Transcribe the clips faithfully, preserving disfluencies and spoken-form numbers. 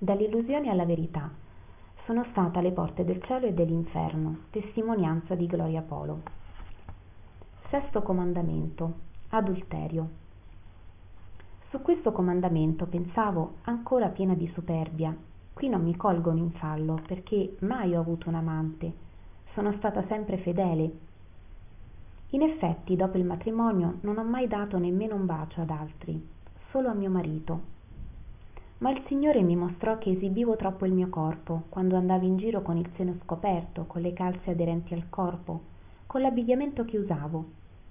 Dall'illusione alla verità. Sono stata alle porte del cielo e dell'inferno. Testimonianza di Gloria Polo. Sesto comandamento. Adulterio. Su questo comandamento pensavo ancora piena di superbia. Qui non mi colgono in fallo, perché mai ho avuto un amante. Sono stata sempre fedele. In effetti, dopo il matrimonio non ho mai dato nemmeno un bacio ad altri, solo a mio marito. Ma il Signore mi mostrò che esibivo troppo il mio corpo, quando andavo in giro con il seno scoperto, con le calze aderenti al corpo, con l'abbigliamento che usavo.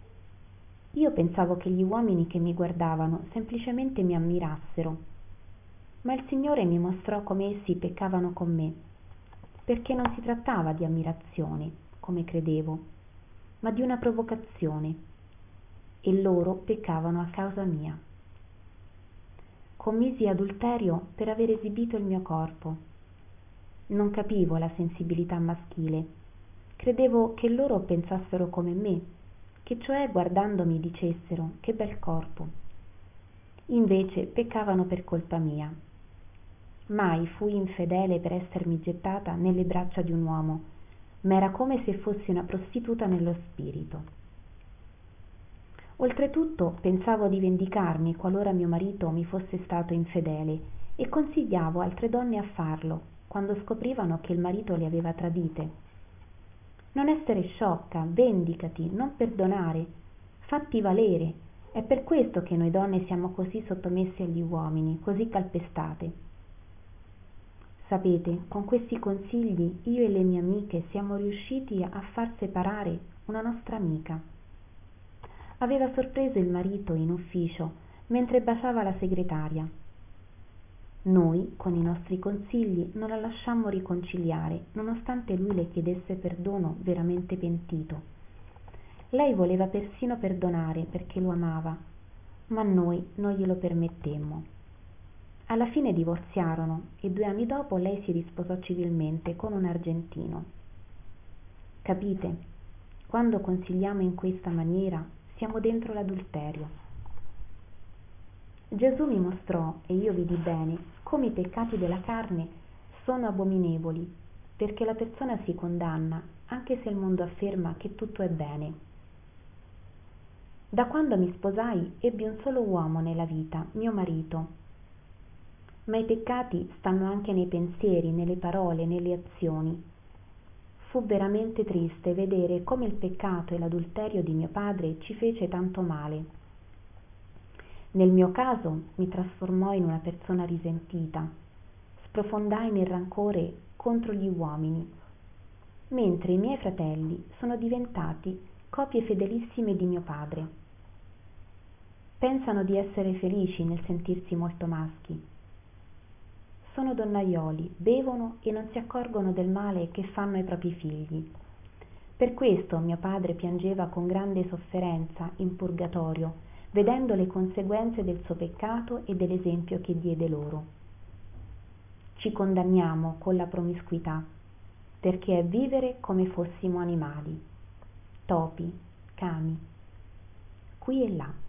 Io pensavo che gli uomini che mi guardavano semplicemente mi ammirassero, ma il Signore mi mostrò come essi peccavano con me, perché non si trattava di ammirazione, come credevo, ma di una provocazione, e loro peccavano a causa mia. Commisi adulterio per aver esibito il mio corpo. Non capivo la sensibilità maschile. Credevo che loro pensassero come me, che cioè guardandomi dicessero che bel corpo. Invece peccavano per colpa mia. Mai fui infedele per essermi gettata nelle braccia di un uomo, ma era come se fossi una prostituta nello spirito. Oltretutto pensavo di vendicarmi qualora mio marito mi fosse stato infedele e consigliavo altre donne a farlo quando scoprivano che il marito le aveva tradite. Non essere sciocca, vendicati, non perdonare, fatti valere. È per questo che noi donne siamo così sottomesse agli uomini, così calpestate. Sapete, con questi consigli io e le mie amiche siamo riusciti a far separare una nostra amica. Aveva sorpreso il marito in ufficio mentre baciava la segretaria. Noi, con i nostri consigli, non la lasciammo riconciliare, nonostante lui le chiedesse perdono veramente pentito. Lei voleva persino perdonare perché lo amava, ma noi non glielo permettemmo. Alla fine divorziarono e due anni dopo lei si risposò civilmente con un argentino. Capite? Quando consigliamo in questa maniera, siamo dentro l'adulterio. Gesù mi mostrò, e io vidi bene, come i peccati della carne sono abominevoli, perché la persona si condanna, anche se il mondo afferma che tutto è bene. Da quando mi sposai, ebbi un solo uomo nella vita, mio marito. Ma i peccati stanno anche nei pensieri, nelle parole, nelle azioni. Fu veramente triste vedere come il peccato e l'adulterio di mio padre ci fece tanto male. Nel mio caso mi trasformò in una persona risentita, sprofondai nel rancore contro gli uomini, mentre i miei fratelli sono diventati copie fedelissime di mio padre. Pensano di essere felici nel sentirsi molto maschi. Sono donnaioli, bevono e non si accorgono del male che fanno ai propri figli. Per questo mio padre piangeva con grande sofferenza in purgatorio, vedendo le conseguenze del suo peccato e dell'esempio che diede loro. Ci condanniamo con la promiscuità, perché è vivere come fossimo animali, topi, cani, qui e là.